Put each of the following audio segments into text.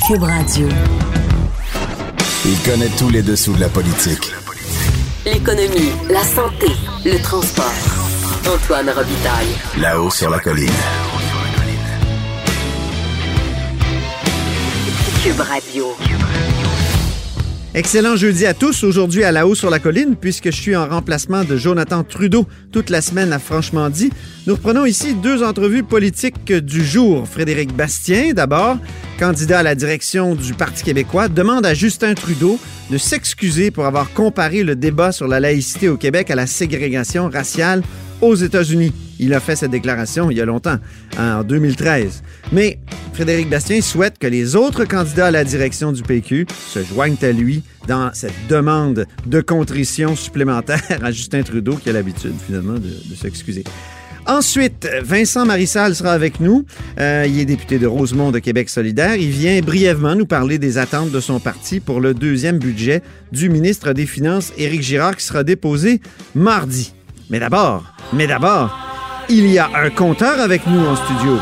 Cube Radio. Il connaît tous les dessous de la politique. L'économie, la santé, le transport. Antoine Robitaille. Là-haut sur la colline. Cube Radio. Excellent jeudi à tous. Aujourd'hui à La Haut sur la colline, puisque je suis en remplacement de Jonathan Trudeau toute la semaine à Franchement dit. Nous reprenons ici deux entrevues politiques du jour. Frédéric Bastien, d'abord, candidat à la direction du Parti québécois, demande à Justin Trudeau de s'excuser pour avoir comparé le débat sur la laïcité au Québec à la ségrégation raciale aux États-Unis. Il a fait cette déclaration il y a longtemps, en 2013. Mais Frédéric Bastien souhaite que les autres candidats à la direction du PQ se joignent à lui dans cette demande de contrition supplémentaire à Justin Trudeau, qui a l'habitude, finalement, de s'excuser. Ensuite, Vincent Marissal sera avec nous. Il est député de Rosemont de Québec solidaire. Il vient brièvement nous parler des attentes de son parti pour le deuxième budget du ministre des Finances, Éric Girard, qui sera déposé mardi. Mais d'abord, il y a un compteur avec nous en studio.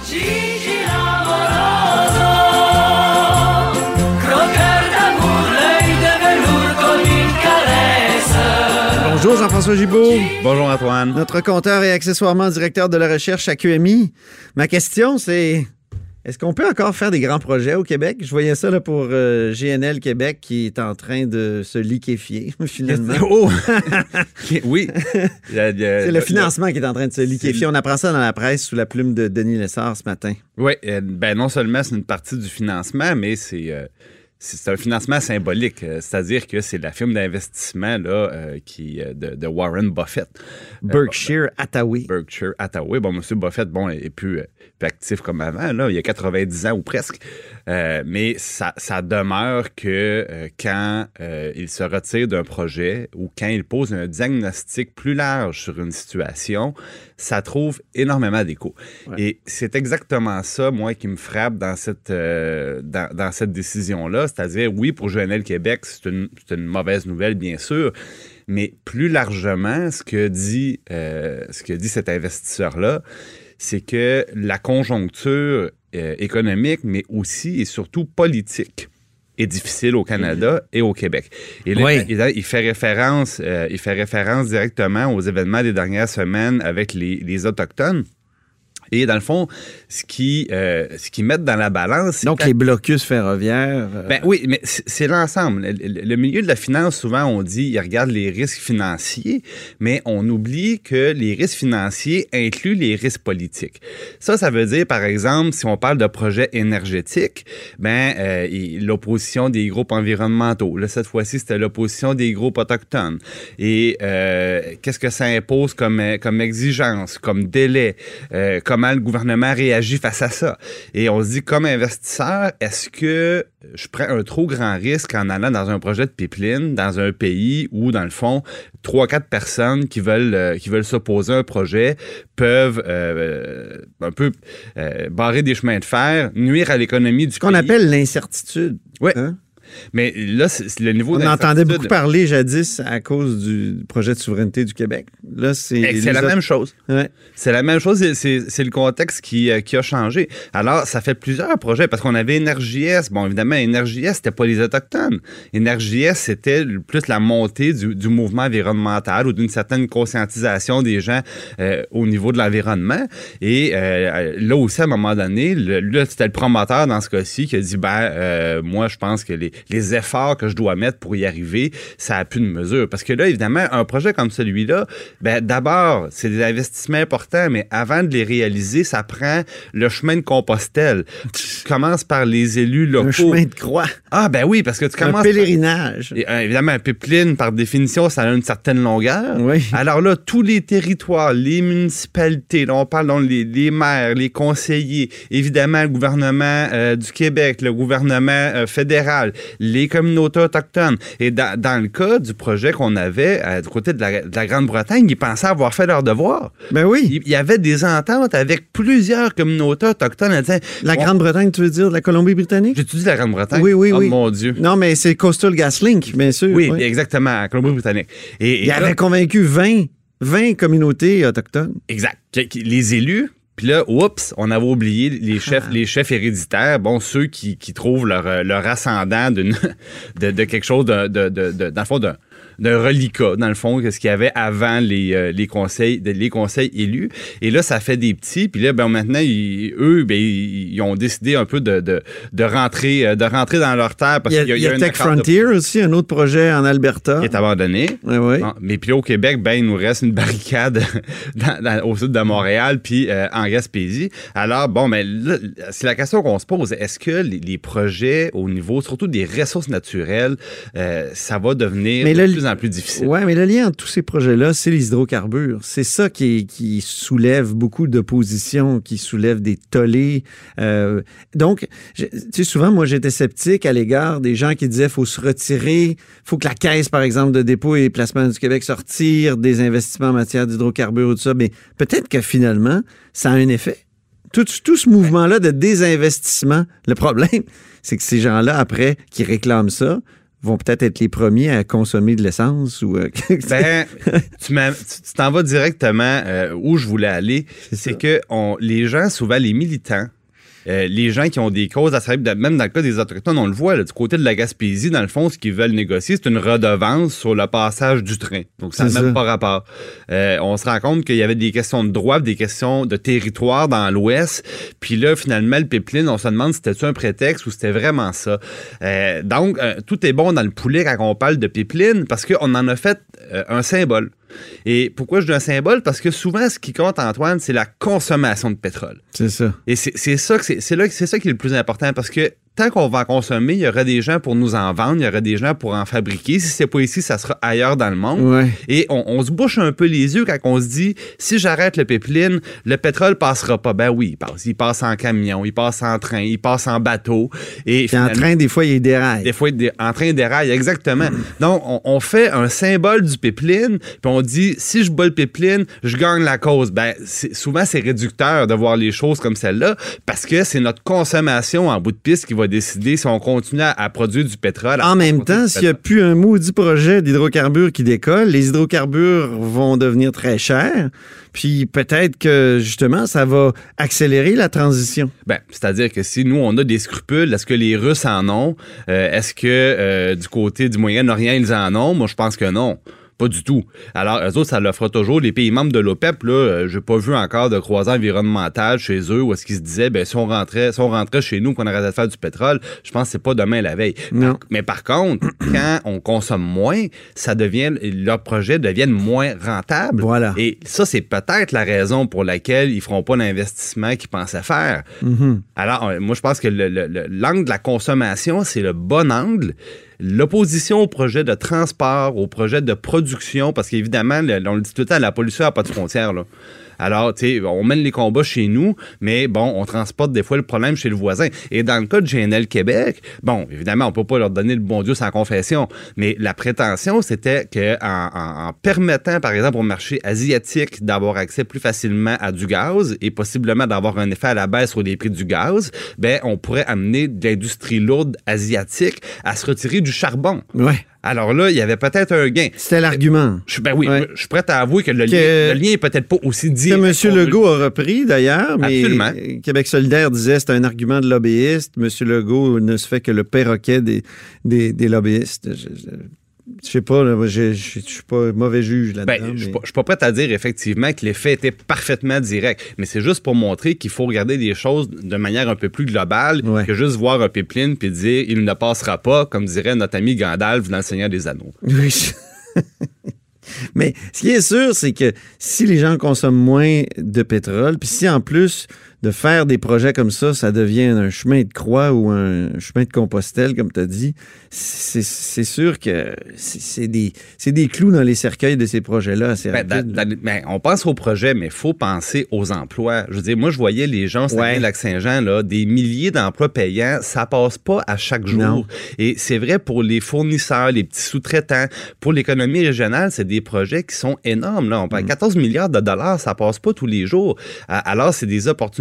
Bonjour Jean-François Gibault. Bonjour Antoine. Notre compteur et accessoirement directeur de la recherche à QMI. Ma question, c'est... Est-ce qu'on peut encore faire des grands projets au Québec? Je voyais ça là, pour GNL Québec qui est en train de se liquéfier, finalement. Oh! Oui. C'est le financement qui est en train de se liquéfier. On apprend ça dans la presse sous la plume de Denis Lessard ce matin. Oui. Non seulement c'est une partie du financement, mais c'est un financement symbolique. C'est-à-dire que c'est la firme d'investissement là, de Warren Buffett. Berkshire Hathaway. Berkshire Hathaway. Bon, M. Buffett, est plus actif comme avant, là, il y a 90 ans ou presque. Mais ça demeure que quand il se retire d'un projet ou quand il pose un diagnostic plus large sur une situation, ça trouve énormément d'écho. Ouais. Et c'est exactement ça, moi, qui me frappe dans cette décision-là. C'est-à-dire, oui, pour GNL Québec, c'est une mauvaise nouvelle, bien sûr, mais plus largement, ce que dit cet investisseur-là, c'est que la conjoncture économique, mais aussi et surtout politique, est difficile au Canada et au Québec. Et là, oui. il fait référence directement aux événements des dernières semaines avec les Autochtones. Et dans le fond, ce qui mettent dans la balance... Donc, les blocus ferroviaires... Oui, mais c'est l'ensemble. Le milieu de la finance, souvent, on dit, il regarde les risques financiers, mais on oublie que les risques financiers incluent les risques politiques. Ça veut dire, par exemple, si on parle de projets énergétiques, l'opposition des groupes environnementaux. Là, cette fois-ci, c'était l'opposition des groupes autochtones. Et qu'est-ce que ça impose comme exigence, comme délai, comment le gouvernement réagit face à ça. Et on se dit, comme investisseur, est-ce que je prends un trop grand risque en allant dans un projet de pipeline dans un pays où, dans le fond, 3-4 personnes qui veulent s'opposer à un projet peuvent un peu barrer des chemins de fer, nuire à l'économie du pays. Ce qu'on appelle l'incertitude. Oui. Hein? Mais là, c'est le niveau d'incertitude. On entendait beaucoup parler jadis à cause du projet de souveraineté du Québec. Là, c'est la même chose. Ouais. C'est la même chose. C'est le contexte qui a changé. Alors, ça fait plusieurs projets parce qu'on avait Énergie-S. Bon, évidemment, Énergie-S, c'était pas les Autochtones. Énergie-S, c'était plus la montée du mouvement environnemental ou d'une certaine conscientisation des gens au niveau de l'environnement. Et là aussi, à un moment donné, c'était le promoteur dans ce cas-ci qui a dit, moi, je pense que les efforts que je dois mettre pour y arriver, ça n'a plus de mesure. Parce que là, évidemment, un projet comme celui-là, d'abord, c'est des investissements importants, mais avant de les réaliser, ça prend le chemin de Compostelle. Tu commences par les élus locaux. Un chemin de croix. Ah, oui, parce que tu commences... Un pèlerinage. Évidemment, un pipeline, par définition, ça a une certaine longueur. Oui. Alors là, tous les territoires, les municipalités, là, on parle les maires, les conseillers, évidemment, le gouvernement du Québec, le gouvernement fédéral, les communautés autochtones. Et dans le cas du projet qu'on avait du côté de la Grande-Bretagne, ils pensaient avoir fait leur devoir. Ben oui. Il y avait des ententes avec plusieurs communautés autochtones. La Grande-Bretagne, tu veux dire, de la Colombie-Britannique? J'ai-tu dit la Grande-Bretagne? Oui, oui, oui. Oh mon Dieu. Non, mais c'est Coastal GasLink, bien sûr. Oui, exactement, la Colombie-Britannique. Il avait convaincu 20 communautés autochtones. Exact. Les élus Puis là, oups, on avait oublié les chefs héréditaires, bon, ceux qui trouvent leur ascendant de quelque chose dans le fond, d'un reliquat, dans le fond, que ce qu'il y avait avant les conseils élus. Et là, ça fait des petits. Puis là, maintenant, ils ont décidé un peu de rentrer dans leur terre. Parce il y a Tech Frontier aussi, un autre projet en Alberta. Qui est abandonné. Oui. Mais puis là, au Québec, il nous reste une barricade au sud de Montréal, puis en Gaspésie. Alors, là, c'est la question qu'on se pose. Est-ce que les projets au niveau, surtout des ressources naturelles, ça va devenir de plus en plus difficile? Oui, mais le lien entre tous ces projets-là, c'est les hydrocarbures. C'est ça qui soulève beaucoup d'opposition, qui soulève des tollés. Donc, tu sais, souvent, moi, j'étais sceptique à l'égard des gens qui disaient qu'il faut se retirer, faut que la Caisse, par exemple, de dépôt et placement du Québec se retire des investissements en matière d'hydrocarbures ou tout ça. Mais peut-être que finalement, ça a un effet. Tout ce mouvement-là de désinvestissement, le problème, c'est que ces gens-là, après, qui réclament ça, vont peut-être être les premiers à consommer de l'essence ou... tu t'en vas directement où je voulais aller. C'est que les gens, souvent les militants, les gens qui ont des causes à servir, même dans le cas des Autochtones, on le voit, là, du côté de la Gaspésie, dans le fond, ce qu'ils veulent négocier, c'est une redevance sur le passage du train. Donc, ça n'a même pas rapport. On se rend compte qu'il y avait des questions de droit, des questions de territoire dans l'Ouest. Puis là, finalement, le pipeline, on se demande si c'était un prétexte ou c'était vraiment ça. Donc, tout est bon dans le poulet quand on parle de pipeline parce qu'on en a fait un symbole. Et pourquoi je dis un symbole? Parce que souvent, ce qui compte, Antoine, c'est la consommation de pétrole. C'est ça. Et c'est ça qui est le plus important parce que tant qu'on va en consommer, il y aura des gens pour nous en vendre, il y aura des gens pour en fabriquer. Si c'est pas ici, ça sera ailleurs dans le monde. Ouais. Et on se bouche un peu les yeux quand on se dit, si j'arrête le pipeline, le pétrole passera pas. Ben oui, il passe. Il passe en camion, il passe en train, il passe en bateau. Et en train, des fois, il déraille. Des fois, en train, il déraille, exactement. Donc, on fait un symbole du pipeline, puis on dit, si je bats le pipeline, je gagne la cause. Ben, souvent, c'est réducteur de voir les choses comme celle-là, parce que c'est notre consommation en bout de piste qui va décider si on continue à produire du pétrole. En même temps, s'il n'y a plus un maudit projet d'hydrocarbures qui décolle, les hydrocarbures vont devenir très chers. Puis peut-être que, justement, ça va accélérer la transition. Ben, c'est-à-dire que si nous, on a des scrupules, est-ce que les Russes en ont? Est-ce que du côté du Moyen-Orient, ils en ont? Moi, je pense que non. Pas du tout. Alors, eux autres, ça le fera toujours. Les pays membres de l'OPEP, là, j'ai pas vu encore de croisant environnemental chez eux où est-ce qu'ils se disaient, ben, si on rentrait chez nous, qu'on arrêtait de faire du pétrole, je pense que c'est pas demain la veille. Non. Mais par contre, quand on consomme moins, leurs projets deviennent moins rentables. Voilà. Et ça, c'est peut-être la raison pour laquelle ils feront pas l'investissement qu'ils pensaient faire. Mm-hmm. Alors, moi, je pense que l'angle de la consommation, c'est le bon angle. L'opposition au projet de transport, au projet de production, parce qu'évidemment, on le dit tout le temps, la pollution n'a pas de frontières, là. Alors, tu sais, on mène les combats chez nous, mais bon, on transporte des fois le problème chez le voisin. Et dans le cas de GNL Québec, bon, évidemment, on peut pas leur donner le bon Dieu sans confession, mais la prétention, c'était qu'en permettant, par exemple, au marché asiatique d'avoir accès plus facilement à du gaz et possiblement d'avoir un effet à la baisse sur les prix du gaz, ben, on pourrait amener de l'industrie lourde asiatique à se retirer du charbon. Ouais. Alors là, il y avait peut-être un gain. C'était l'argument. Ben oui, ouais. Je suis prêt à avouer que le lien est peut-être pas aussi direct. Que M. Legault a repris, d'ailleurs, mais absolument. Québec solidaire disait que c'était un argument de lobbyiste. M. Legault ne se fait que le perroquet des lobbyistes. Je sais pas, je suis pas mauvais juge là-dedans. Je suis pas prêt à dire effectivement que l'effet était parfaitement direct, mais c'est juste pour montrer qu'il faut regarder les choses de manière un peu plus globale que juste voir un pipeline puis dire « il ne passera pas », comme dirait notre ami Gandalf dans Le Seigneur des Anneaux. Oui. Mais ce qui est sûr, c'est que si les gens consomment moins de pétrole, puis si en plus de faire des projets comme ça devient un chemin de croix ou un chemin de Compostelle, comme tu as dit, c'est sûr que c'est des clous dans les cercueils de ces projets-là assez rapide. On pense aux projets, mais il faut penser aux emplois. Je veux dire, moi, je voyais les gens au Lac-Saint-Jean, là, des milliers d'emplois payants, ça passe pas à chaque jour. Non. Et c'est vrai pour les fournisseurs, les petits sous-traitants. Pour l'économie régionale, c'est des projets qui sont énormes. Là. On parle 14 milliards de dollars, ça passe pas tous les jours. Alors, c'est des opportunités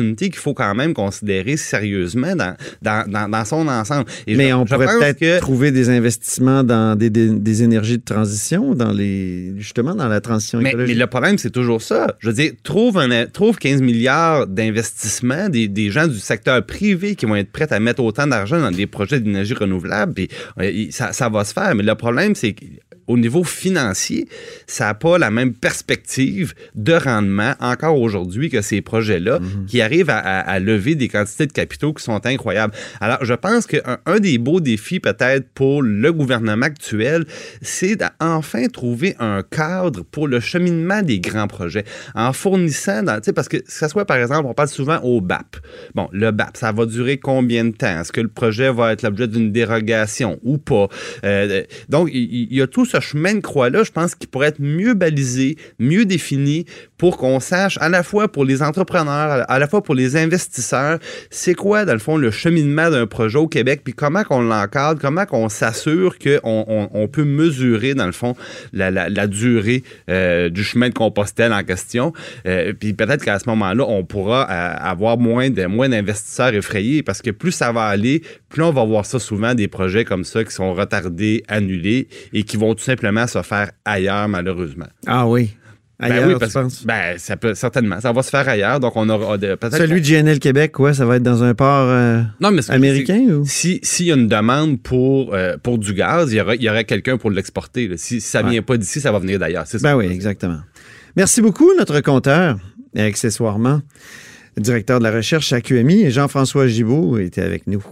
opportunité qu'il faut quand même considérer sérieusement dans son ensemble. Mais on pourrait peut-être trouver des investissements dans des énergies de transition, justement dans la transition écologique. Mais le problème, c'est toujours ça. Je veux dire, trouve 15 milliards d'investissements, des gens du secteur privé qui vont être prêts à mettre autant d'argent dans des projets d'énergie renouvelable, puis ça va se faire. Mais le problème, c'est qu'au niveau financier, ça n'a pas la même perspective de rendement encore aujourd'hui que ces projets-là qui arrivent à lever des quantités de capitaux qui sont incroyables. Alors, je pense qu'un des beaux défis peut-être pour le gouvernement actuel, c'est d'enfin trouver un cadre pour le cheminement des grands projets en fournissant, parce que ça soit par exemple, on parle souvent au BAP. Bon, le BAP, ça va durer combien de temps? Est-ce que le projet va être l'objet d'une dérogation ou pas? Donc, il y a tout ce chemin de croix-là, je pense qu'il pourrait être mieux balisé, mieux défini pour qu'on sache, à la fois pour les entrepreneurs, à la fois pour les investisseurs, c'est quoi, dans le fond, le cheminement d'un projet au Québec, puis comment qu'on l'encadre, comment qu'on s'assure qu'on peut mesurer, dans le fond, la durée du chemin de Compostelle en question. Puis peut-être qu'à ce moment-là, on pourra avoir moins d'investisseurs effrayés, parce que plus ça va aller, plus on va voir ça souvent, des projets comme ça qui sont retardés, annulés, et qui vont tout simplement se faire ailleurs, malheureusement. Ah oui. Ailleurs, oui, parce tu penses? Ça peut certainement. Ça va se faire ailleurs. Donc, on aura peut-être. Celui de GNL Québec, quoi, ça va être dans un port américain? Ou? S'il y a une demande pour du gaz, il y aurait quelqu'un pour l'exporter. Là. Si ça ne vient pas d'ici, ça va venir d'ailleurs. C'est ça. Oui, exactement. Merci beaucoup, notre compteur, et accessoirement, directeur de la recherche à QMI, Jean-François Gibault, était avec nous.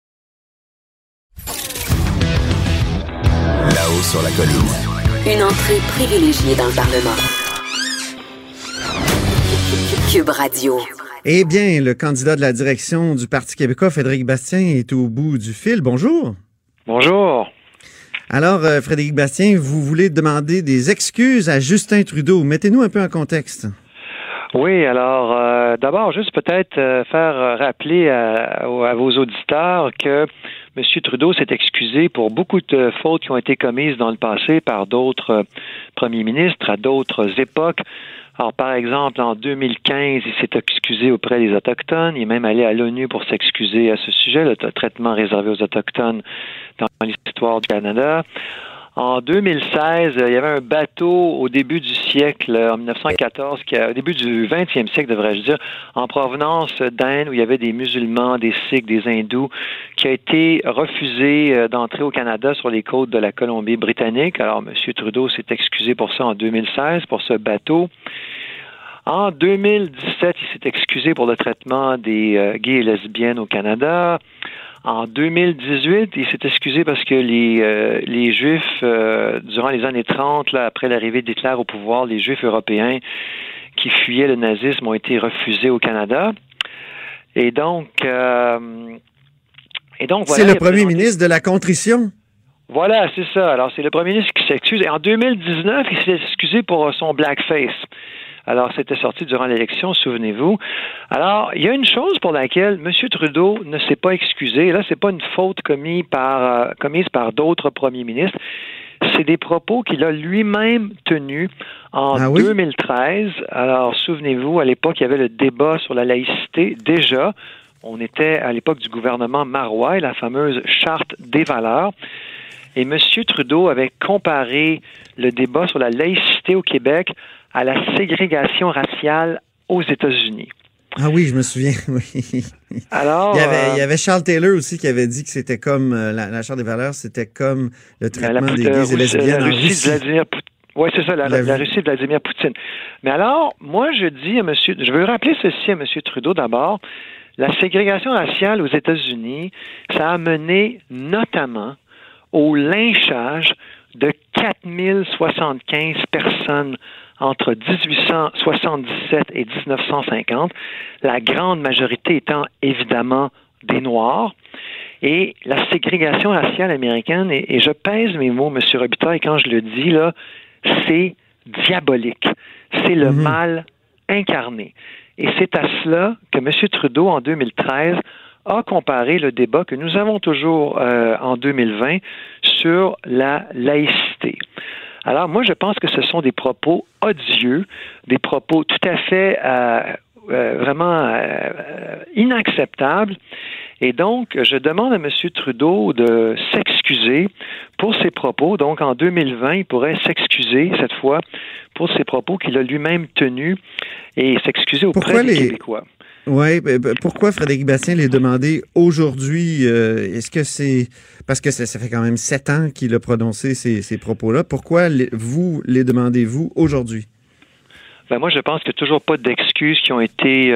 Là-haut sur la colline. Une entrée privilégiée dans le Parlement. Cube Radio. Eh bien, le candidat de la direction du Parti québécois, Frédéric Bastien, est au bout du fil. Bonjour. Bonjour. Alors, Frédéric Bastien, vous voulez demander des excuses à Justin Trudeau. Mettez-nous un peu en contexte. Oui, alors, d'abord, juste peut-être faire rappeler à vos auditeurs que M. Trudeau s'est excusé pour beaucoup de fautes qui ont été commises dans le passé par d'autres premiers ministres à d'autres époques. Alors, par exemple, en 2015, il s'est excusé auprès des Autochtones. Il est même allé à l'ONU pour s'excuser à ce sujet, le traitement réservé aux Autochtones dans l'histoire du Canada. En 2016, il y avait un bateau au début du siècle, en 1914, au début du 20e siècle, devrais-je dire, en provenance d'Inde, où il y avait des musulmans, des Sikhs, des hindous, qui a été refusé d'entrer au Canada sur les côtes de la Colombie-Britannique. Alors, M. Trudeau s'est excusé pour ça en 2016, pour ce bateau. En 2017, il s'est excusé pour le traitement des gays et lesbiennes au Canada. En 2018, il s'est excusé parce que les Juifs, durant les années 30, là, après l'arrivée d'Hitler au pouvoir, les Juifs européens qui fuyaient le nazisme ont été refusés au Canada. Et donc voilà. C'est le premier ministre de la contrition. Voilà, c'est ça. Alors, c'est le premier ministre qui s'excuse. Et en 2019, il s'est excusé pour son blackface. Alors, c'était sorti durant l'élection, souvenez-vous. Alors, il y a une chose pour laquelle M. Trudeau ne s'est pas excusé. Là, c'est pas une faute commise par d'autres premiers ministres. C'est des propos qu'il a lui-même tenus en 2013. Alors, souvenez-vous, à l'époque, il y avait le débat sur la laïcité. Déjà, on était à l'époque du gouvernement Marois, la fameuse Charte des valeurs. Et M. Trudeau avait comparé le débat sur la laïcité au Québec à la ségrégation raciale aux États-Unis. Ah oui, je me souviens, oui. Alors, il y avait Charles Taylor aussi qui avait dit que c'était comme la Charte des valeurs, c'était comme le traitement des gays et lesbiennes en Russie. Oui, c'est ça, la Russie de Vladimir Poutine. Mais alors, moi, je veux rappeler ceci à M. Trudeau d'abord. La ségrégation raciale aux États-Unis, ça a mené notamment au lynchage de 4075 personnes entre 1877 et 1950, la grande majorité étant évidemment des Noirs. Et la ségrégation raciale américaine, et je pèse mes mots, M. Robitaille, quand je le dis, là, c'est diabolique. C'est le mal incarné. Et c'est à cela que M. Trudeau, en 2013, a comparé le débat que nous avons toujours en 2020 sur la laïcité. Alors, moi, je pense que ce sont des propos odieux, des propos tout à fait vraiment inacceptables. Et donc, je demande à M. Trudeau de s'excuser pour ses propos. Donc, en 2020, il pourrait s'excuser, cette fois, pour ses propos qu'il a lui-même tenus et s'excuser auprès des Québécois. Oui, pourquoi Frédéric Bastien les demandé aujourd'hui? Est-ce que c'est... Parce que ça fait quand même 7 ans qu'il a prononcé ces propos-là. Pourquoi vous les demandez-vous aujourd'hui? Ben moi, je pense qu'il n'y a toujours pas d'excuses qui ont été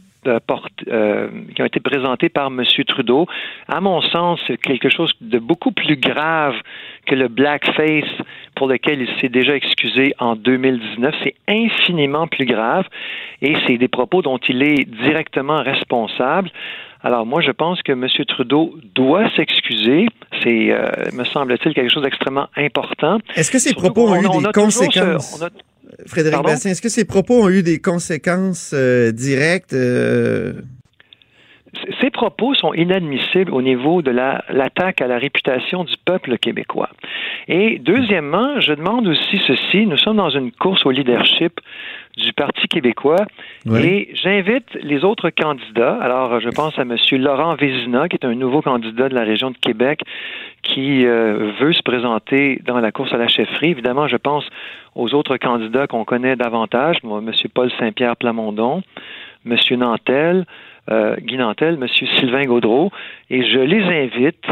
présentées par M. Trudeau. À mon sens, c'est quelque chose de beaucoup plus grave que le blackface pour lequel il s'est déjà excusé en 2019. C'est infiniment plus grave et c'est des propos dont il est directement responsable. Alors moi, je pense que M. Trudeau doit s'excuser. C'est, me semble-t-il, quelque chose d'extrêmement important. Est-ce que ces propos ont eu des conséquences? Frédéric Bastien, est-ce que ces propos ont eu des conséquences directes? Ces propos sont inadmissibles au niveau de l'attaque à la réputation du peuple québécois. Et deuxièmement, je demande aussi ceci. Nous sommes dans une course au leadership du Parti québécois et j'invite les autres candidats. Alors, je pense à M. Laurent Vézina, qui est un nouveau candidat de la région de Québec qui veut se présenter dans la course à la chefferie. Évidemment, je pense aux autres candidats qu'on connaît davantage, moi, M. Paul Saint-Pierre Plamondon, M. Nantel, Guy Nantel, M. Sylvain Gaudreault, et je les invite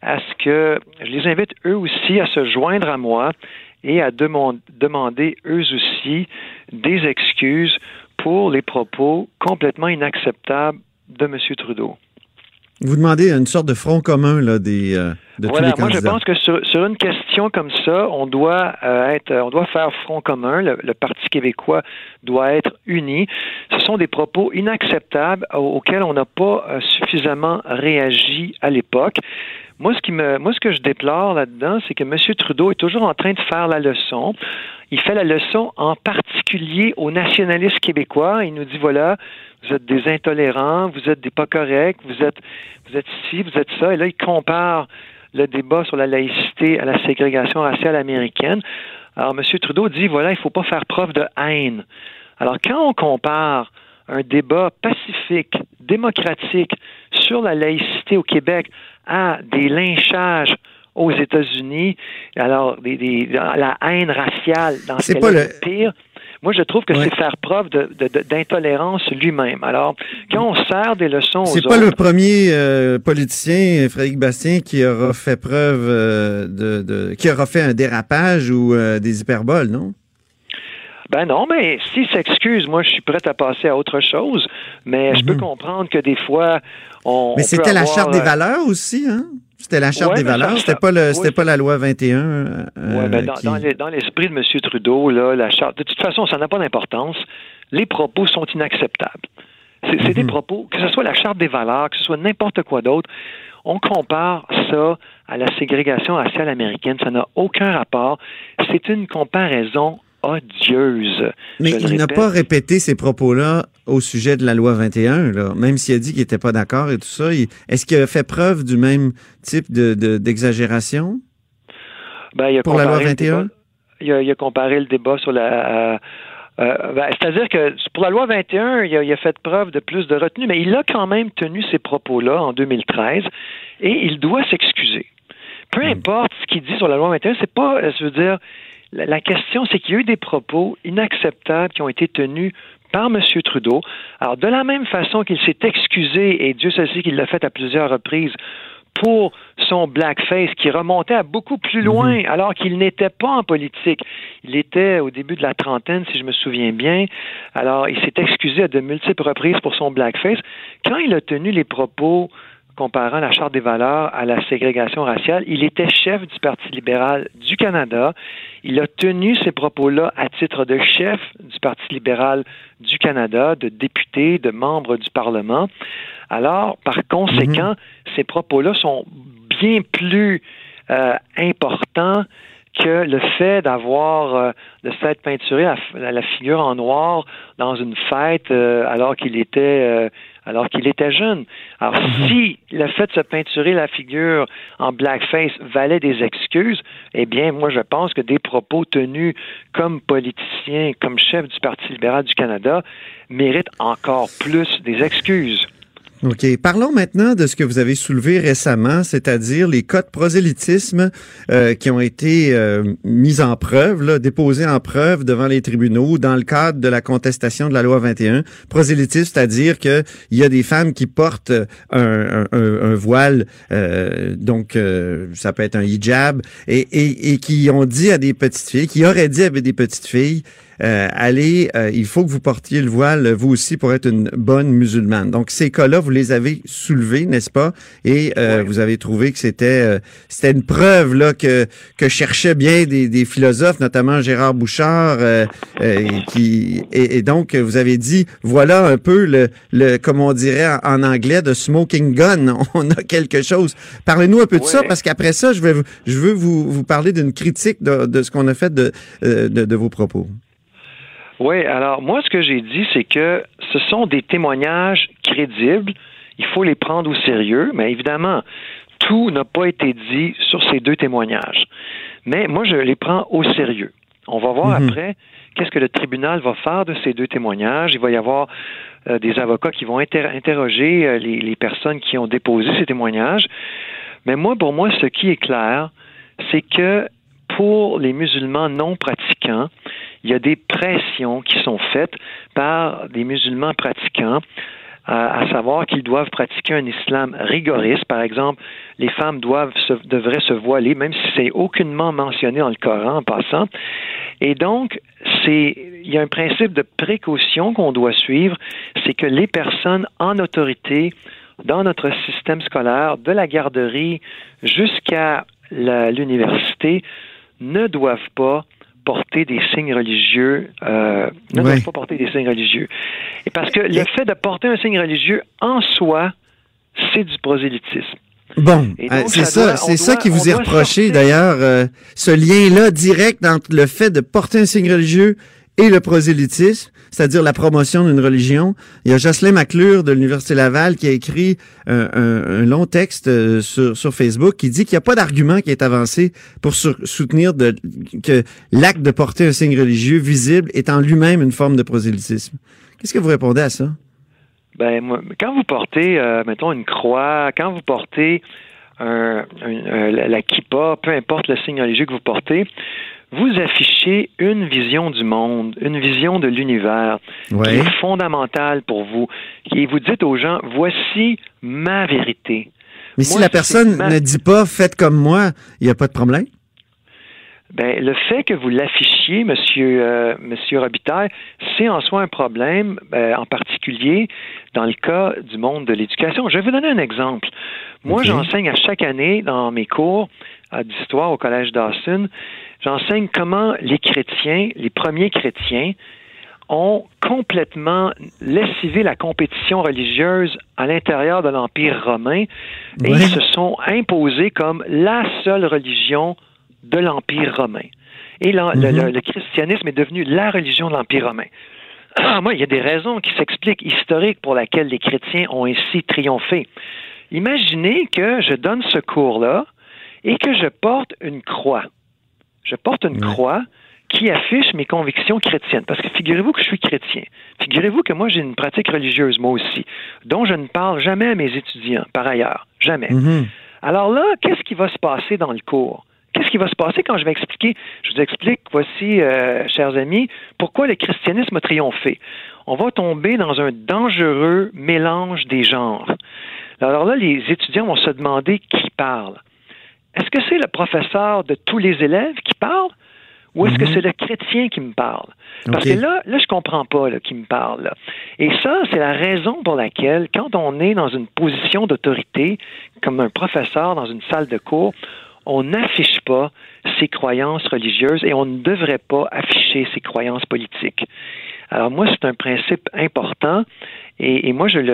eux aussi à se joindre à moi et à demander eux aussi des excuses pour les propos complètement inacceptables de M. Trudeau. Vous demandez une sorte de front commun là, de tous les candidats. Moi, je pense que sur une question comme ça, on doit faire front commun. Le Parti québécois doit être uni. Ce sont des propos inacceptables auxquels on n'a pas suffisamment réagi à l'époque. Moi, ce que je déplore là-dedans, c'est que M. Trudeau est toujours en train de faire la leçon. Il fait la leçon en particulier aux nationalistes québécois. Il nous dit, voilà, vous êtes des intolérants, vous êtes des pas corrects, vous êtes ci, vous êtes ça. Et là, il compare le débat sur la laïcité à la ségrégation raciale américaine. Alors, M. Trudeau dit, voilà, il ne faut pas faire preuve de haine. Alors, quand on compare un débat pacifique, démocratique sur la laïcité au Québec à des lynchages aux États-Unis, alors la haine raciale dans ce cas-là, c'est pire. Moi, je trouve que c'est faire preuve d'intolérance lui-même. Alors, quand on sert des leçons aux autres... C'est pas le premier politicien, Frédéric Bastien, qui aura fait preuve qui aura fait un dérapage ou des hyperboles, non? Ben non, mais s'il s'excuse, moi, je suis prêt à passer à autre chose. Mais je peux comprendre que des fois, Mais c'était la Charte des valeurs aussi, hein? C'était la Charte des valeurs, c'était pas la loi 21. Dans l'esprit de M. Trudeau, là, la Charte, de toute façon, ça n'a pas d'importance. Les propos sont inacceptables. C'est des propos, que ce soit la Charte des valeurs, que ce soit n'importe quoi d'autre, on compare ça à la ségrégation raciale américaine. Ça n'a aucun rapport. C'est une comparaison odieuse. Mais il n'a pas répété ces propos-là au sujet de la loi 21, là, même s'il a dit qu'il n'était pas d'accord et tout ça. Est-ce qu'il a fait preuve du même type d'exagération pour la loi 21? Il a comparé le débat sur la... c'est-à-dire que pour la loi 21, il a fait preuve de plus de retenue, mais il a quand même tenu ces propos-là en 2013 et il doit s'excuser. Peu importe ce qu'il dit sur la loi 21, c'est pas, je veux dire... La question, c'est qu'il y a eu des propos inacceptables qui ont été tenus par M. Trudeau. Alors, de la même façon qu'il s'est excusé, et Dieu sait qu'il l'a fait à plusieurs reprises, pour son blackface qui remontait à beaucoup plus loin, alors qu'il n'était pas en politique. Il était au début de la trentaine, si je me souviens bien. Alors, il s'est excusé à de multiples reprises pour son blackface. Quand il a tenu les propos comparant la Charte des valeurs à la ségrégation raciale, il était chef du Parti libéral du Canada. Il a tenu ces propos-là à titre de chef du Parti libéral du Canada, de député, de membre du Parlement. Alors, par conséquent, ces propos-là sont bien plus importants que le fait de s'être peinturé la figure en noir dans une fête alors qu'il était jeune. Alors, si le fait de se peinturer la figure en blackface valait des excuses, eh bien, moi, je pense que des propos tenus comme politicien, comme chef du Parti libéral du Canada, méritent encore plus des excuses. OK. Parlons maintenant de ce que vous avez soulevé récemment, c'est-à-dire les cas de prosélytisme qui ont été mis en preuve, là, déposés en preuve devant les tribunaux dans le cadre de la contestation de la loi 21. Prosélytisme, c'est-à-dire que il y a des femmes qui portent un voile, donc ça peut être un hijab, et qui ont dit à des petites filles, qui auraient dit à des petites filles, allez, il faut que vous portiez le voile, vous aussi, pour être une bonne musulmane. Donc, ces cas-là, vous les avez soulevés, n'est-ce pas? Et vous avez trouvé que c'était une preuve là que cherchaient bien des philosophes, notamment Gérard Bouchard, et donc, vous avez dit, voilà un peu le comme on dirait en anglais, de smoking gun. On a quelque chose. Parlez-nous un peu de ça, parce qu'après ça, je veux vous parler d'une critique de ce qu'on a fait de vos propos. Oui, alors moi, ce que j'ai dit, c'est que ce sont des témoignages crédibles. Il faut les prendre au sérieux, mais évidemment, tout n'a pas été dit sur ces deux témoignages. Mais moi, je les prends au sérieux. On va voir après qu'est-ce que le tribunal va faire de ces deux témoignages. Il va y avoir des avocats qui vont interroger les personnes qui ont déposé ces témoignages. Mais pour moi, ce qui est clair, c'est que pour les musulmans non pratiquants, il y a des pressions qui sont faites par des musulmans pratiquants, à savoir qu'ils doivent pratiquer un islam rigoriste. Par exemple, les femmes devraient se voiler, même si c'est aucunement mentionné dans le Coran en passant. Et donc, il y a un principe de précaution qu'on doit suivre, c'est que les personnes en autorité dans notre système scolaire, de la garderie jusqu'à l'université, ne doivent pas porter des signes religieux, doivent pas porter des signes religieux. Et parce que le fait de porter un signe religieux en soi, c'est du prosélytisme. Bon, c'est ça qui vous est reproché d'ailleurs, ce lien-là direct entre le fait de porter un signe religieux et le prosélytisme, c'est-à-dire la promotion d'une religion. Il y a Jocelyn McClure de l'Université Laval qui a écrit un long texte sur Facebook qui dit qu'il n'y a pas d'argument qui est avancé pour soutenir que l'acte de porter un signe religieux visible est en lui-même une forme de prosélytisme. Qu'est-ce que vous répondez à ça? Moi, quand vous portez, mettons, une croix, quand vous portez la kippa, peu importe le signe religieux que vous portez, vous affichez une vision du monde, une vision de l'univers qui est fondamentale pour vous. Et vous dites aux gens, voici ma vérité. Mais si la personne ne dit pas, faites comme moi, il n'y a pas de problème? Le fait que vous l'affichiez, Monsieur Robitaille, c'est en soi un problème, en particulier dans le cas du monde de l'éducation. Je vais vous donner un exemple. Moi, j'enseigne à chaque année dans mes cours d'histoire au Collège Dawson, j'enseigne comment les chrétiens, les premiers chrétiens, ont complètement lessivé la compétition religieuse à l'intérieur de l'Empire romain et ils se sont imposés comme la seule religion de l'Empire romain. Et le christianisme est devenu la religion de l'Empire romain. Moi, il y a des raisons qui s'expliquent historiques pour lesquelles les chrétiens ont ainsi triomphé. Imaginez que je donne ce cours-là et que je porte une croix. Je porte une croix qui affiche mes convictions chrétiennes. Parce que figurez-vous que je suis chrétien. Figurez-vous que moi, j'ai une pratique religieuse, moi aussi, dont je ne parle jamais à mes étudiants, par ailleurs. Jamais. Alors là, qu'est-ce qui va se passer dans le cours? Qu'est-ce qui va se passer quand je vais expliquer? Je vous explique, voici, chers amis, pourquoi le christianisme a triomphé. On va tomber dans un dangereux mélange des genres. Alors là, les étudiants vont se demander qui parle. Est-ce que c'est le professeur de tous les élèves qui parle ou est-ce que c'est le chrétien qui me parle? Parce que là, je comprends pas qui me parle. Là. Et ça, c'est la raison pour laquelle, quand on est dans une position d'autorité, comme un professeur dans une salle de cours, on n'affiche pas ses croyances religieuses et on ne devrait pas afficher ses croyances politiques. Alors moi, c'est un principe important et moi, je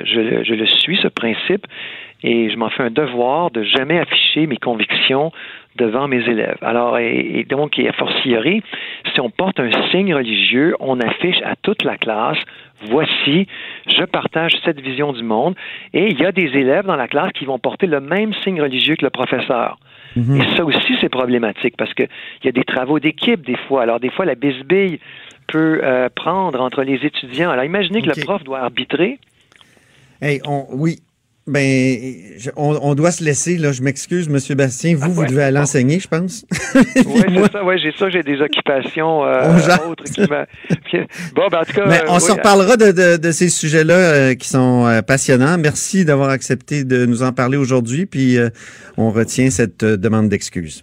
le suis, ce principe, et je m'en fais un devoir de jamais afficher mes convictions devant mes élèves. Alors, et donc, et a fortiori, si on porte un signe religieux, on affiche à toute la classe, voici, je partage cette vision du monde, et il y a des élèves dans la classe qui vont porter le même signe religieux que le professeur. Mm-hmm. Et ça aussi, c'est problématique, parce que il y a des travaux d'équipe des fois. Alors, des fois, la bisbille peut prendre entre les étudiants. Alors, imaginez que le prof doit arbitrer. Hey, oui. Ben, on doit se laisser, là. Je m'excuse, M. Bastien. Vous devez aller enseigner, je pense. Oui, c'est ça. Ouais, j'ai des occupations autres qui Bon, ben, en tout cas. Mais on se reparlera de ces sujets-là qui sont passionnants. Merci d'avoir accepté de nous en parler aujourd'hui. Puis, on retient cette demande d'excuses.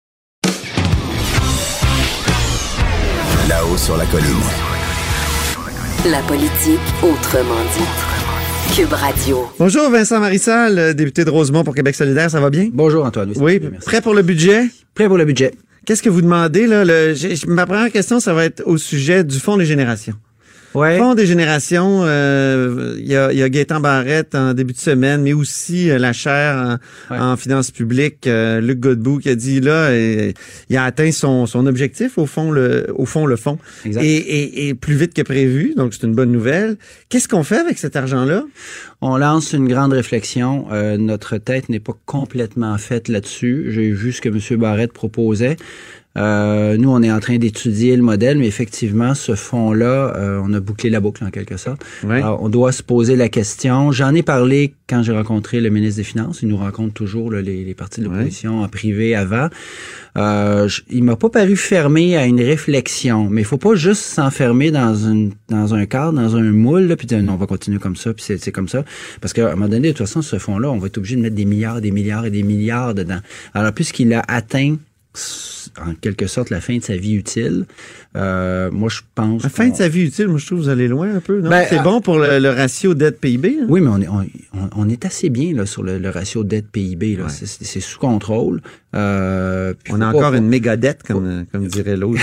Là-haut sur la colline. La politique autrement dit. Cube Radio. Bonjour Vincent Marissal, député de Rosemont pour Québec solidaire, ça va bien? Bonjour Antoine. Oui, merci. Prêt pour le budget? Prêt pour le budget. Qu'est-ce que vous demandez, là? Ma première question, ça va être au sujet du Fonds des générations. Ouais. Fonds des générations, il y a Gaétan Barrette en début de semaine, mais aussi la chaire en finances publiques, Luc Godbout, qui a dit là, il a atteint son objectif au fond le fonds. Exact. Et plus vite que prévu, donc c'est une bonne nouvelle. Qu'est-ce qu'on fait avec cet argent-là? On lance une grande réflexion. Notre tête n'est pas complètement faite là-dessus. J'ai vu ce que M. Barrette proposait. Nous, on est en train d'étudier le modèle, mais effectivement, ce fonds-là, on a bouclé la boucle en quelque sorte. Ouais. Alors, on doit se poser la question. J'en ai parlé quand j'ai rencontré le ministre des Finances. Il nous rencontre toujours là, les partis de l'opposition en privé avant. Il m'a pas paru fermé à une réflexion, mais il faut pas juste s'enfermer dans un cadre, dans un moule, là, puis dire non, on va continuer comme ça, puis c'est comme ça. Parce qu'à un moment donné, de toute façon, ce fonds-là, on va être obligé de mettre des milliards dedans. Alors, puisqu'il a atteint en quelque sorte la fin de sa vie utile. Moi, je pense... La fin de sa vie utile, moi, je trouve que vous allez loin un peu, non? Ben, c'est bon pour le ratio dette-PIB? Hein? Oui, mais on est assez bien là, sur le ratio dette-PIB. Là. Ouais. C'est sous contrôle. On a encore une méga dette, comme dirait l'autre.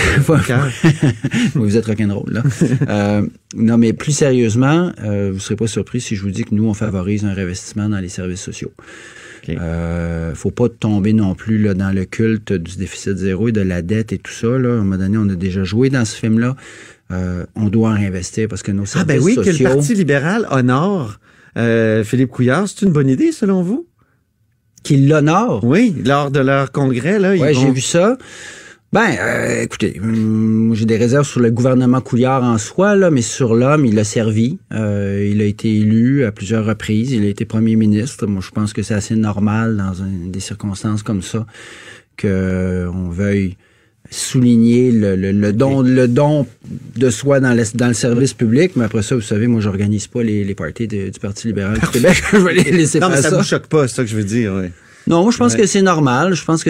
Vous êtes rock'n'roll, là. Non, mais plus sérieusement, vous ne serez pas surpris si je vous dis que nous, on favorise un réinvestissement dans les services sociaux. Okay. Faut pas tomber non plus là, dans le culte du déficit zéro et de la dette et tout ça. Là. À un moment donné, on a déjà joué dans ce film-là. On doit réinvestir parce que nos services sociaux... que le Parti libéral honore Philippe Couillard, c'est une bonne idée selon vous? Qu'il l'honore? Oui, lors de leur congrès. Là, j'ai vu ça. Écoutez, j'ai des réserves sur le gouvernement Couillard en soi, là, mais sur l'homme, il a servi. Il a été élu à plusieurs reprises. Il a été premier ministre. Moi, je pense que c'est assez normal dans des circonstances comme ça qu'on veuille souligner le don de soi dans le service public. Mais après ça, vous savez, moi, j'organise pas les parties du Parti libéral du Québec. Je vais les laisser faire ça. Non, mais ça vous choque pas, c'est ça que je veux dire, oui. Non, moi, je pense que c'est normal.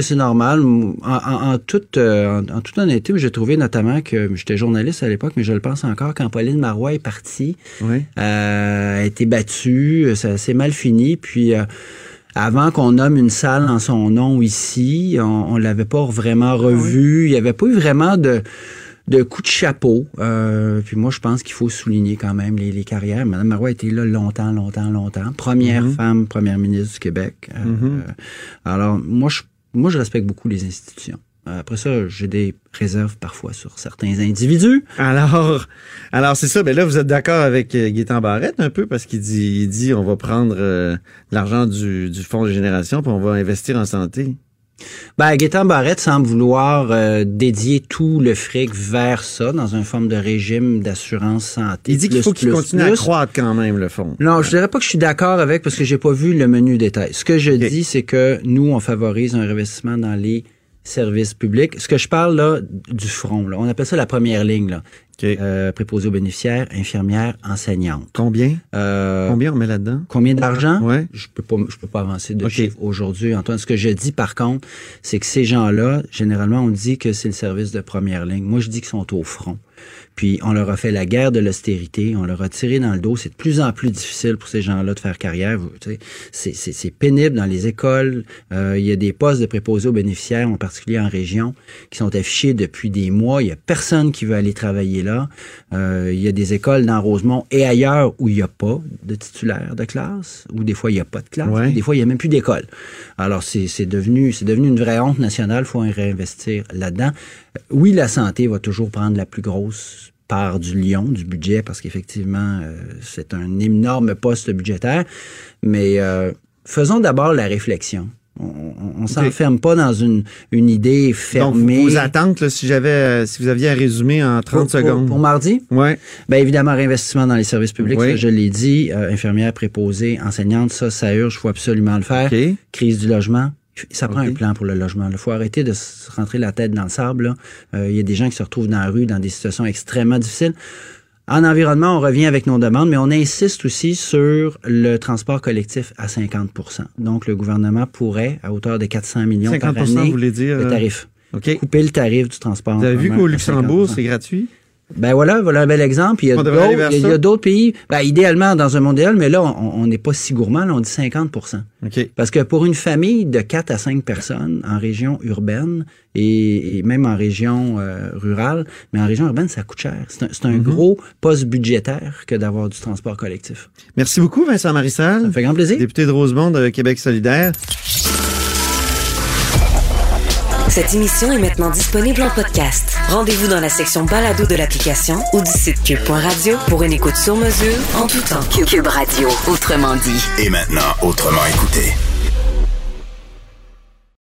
En toute honnêteté, j'ai trouvé notamment que j'étais journaliste à l'époque, mais je le pense encore, quand Pauline Marois est partie, a été battue, ça s'est mal fini, puis avant qu'on nomme une salle en son nom ici, on l'avait pas vraiment revu. Il y avait pas eu vraiment de coup de chapeau. Puis moi, je pense qu'il faut souligner quand même les carrières. Mme Marois a été là longtemps. Première femme première ministre du Québec. Alors, moi, je respecte beaucoup les institutions. Après ça, j'ai des réserves parfois sur certains individus. Alors c'est ça. Ben là, vous êtes d'accord avec Gaétan Barrette un peu parce qu'il dit on va prendre l'argent du Fonds de génération puis on va investir en santé. Gaétan Barrette semble vouloir dédier tout le fric vers ça, dans une forme de régime d'assurance santé. Il dit qu'il faut qu'il continue à croître quand même, le fonds. Non, je dirais pas que je suis d'accord avec parce que j'ai pas vu le menu détail. Ce que je dis, c'est que nous, on favorise un réinvestissement dans les services publics. Ce que je parle là du front, là, on appelle ça la première ligne, là. Okay. Préposés aux bénéficiaires, infirmières, enseignantes. Combien on met là-dedans? Combien d'argent? Ouais. Je peux pas avancer de chiffres aujourd'hui, Antoine. Ce que je dis, par contre, c'est que ces gens-là, généralement, on dit que c'est le service de première ligne. Moi, je dis qu'ils sont au front. Puis, on leur a fait la guerre de l'austérité, on leur a tiré dans le dos. C'est de plus en plus difficile pour ces gens-là de faire carrière. Tu sais, c'est pénible dans les écoles. Il y a des postes de préposés aux bénéficiaires, en particulier en région, qui sont affichés depuis des mois. Il y a personne qui veut aller travailler là. Il y a des écoles dans Rosemont et ailleurs où il n'y a pas de titulaire de classe, où des fois il n'y a pas de classe, des fois il n'y a même plus d'école. Alors c'est devenu une vraie honte nationale, il faut réinvestir là-dedans. Oui, la santé va toujours prendre la plus grosse part du lion, du budget, parce qu'effectivement, c'est un énorme poste budgétaire, mais faisons d'abord la réflexion. On ne s'enferme pas dans une idée fermée. Donc, vos attentes, là, si vous aviez à résumer en 30 secondes. Pour mardi? Oui. Bien évidemment, réinvestissement dans les services publics, ça, je l'ai dit. Infirmières, préposées, enseignantes, ça urge, il faut absolument le faire. Okay. Crise du logement. Ça prend un plan pour le logement. Il faut arrêter de se rentrer la tête dans le sable. Il y a des gens qui se retrouvent dans la rue dans des situations extrêmement difficiles. En environnement, on revient avec nos demandes, mais on insiste aussi sur le transport collectif à 50 %. Donc, le gouvernement pourrait, à hauteur de 400 millions 50 par année, vous voulez dire, le tarif. Couper le tarif du transport. Vous avez vu qu'au Luxembourg, c'est gratuit? Ben voilà un bel exemple. Il y a d'autres pays, idéalement dans un monde idéal, mais là, on n'est pas si gourmand, là, on dit 50 %. Okay. Parce que pour une famille de 4 à 5 personnes en région urbaine et même en région rurale, mais en région urbaine, ça coûte cher. C'est un gros poste budgétaire que d'avoir du transport collectif. Merci beaucoup, Vincent Marissal. Ça me fait grand plaisir. Député de Rosemont de Québec solidaire. Cette émission est maintenant disponible en podcast. Rendez-vous dans la section balado de l'application ou du site cube.radio pour une écoute sur mesure en tout temps. Cube Radio, autrement dit. Et maintenant, autrement écouté.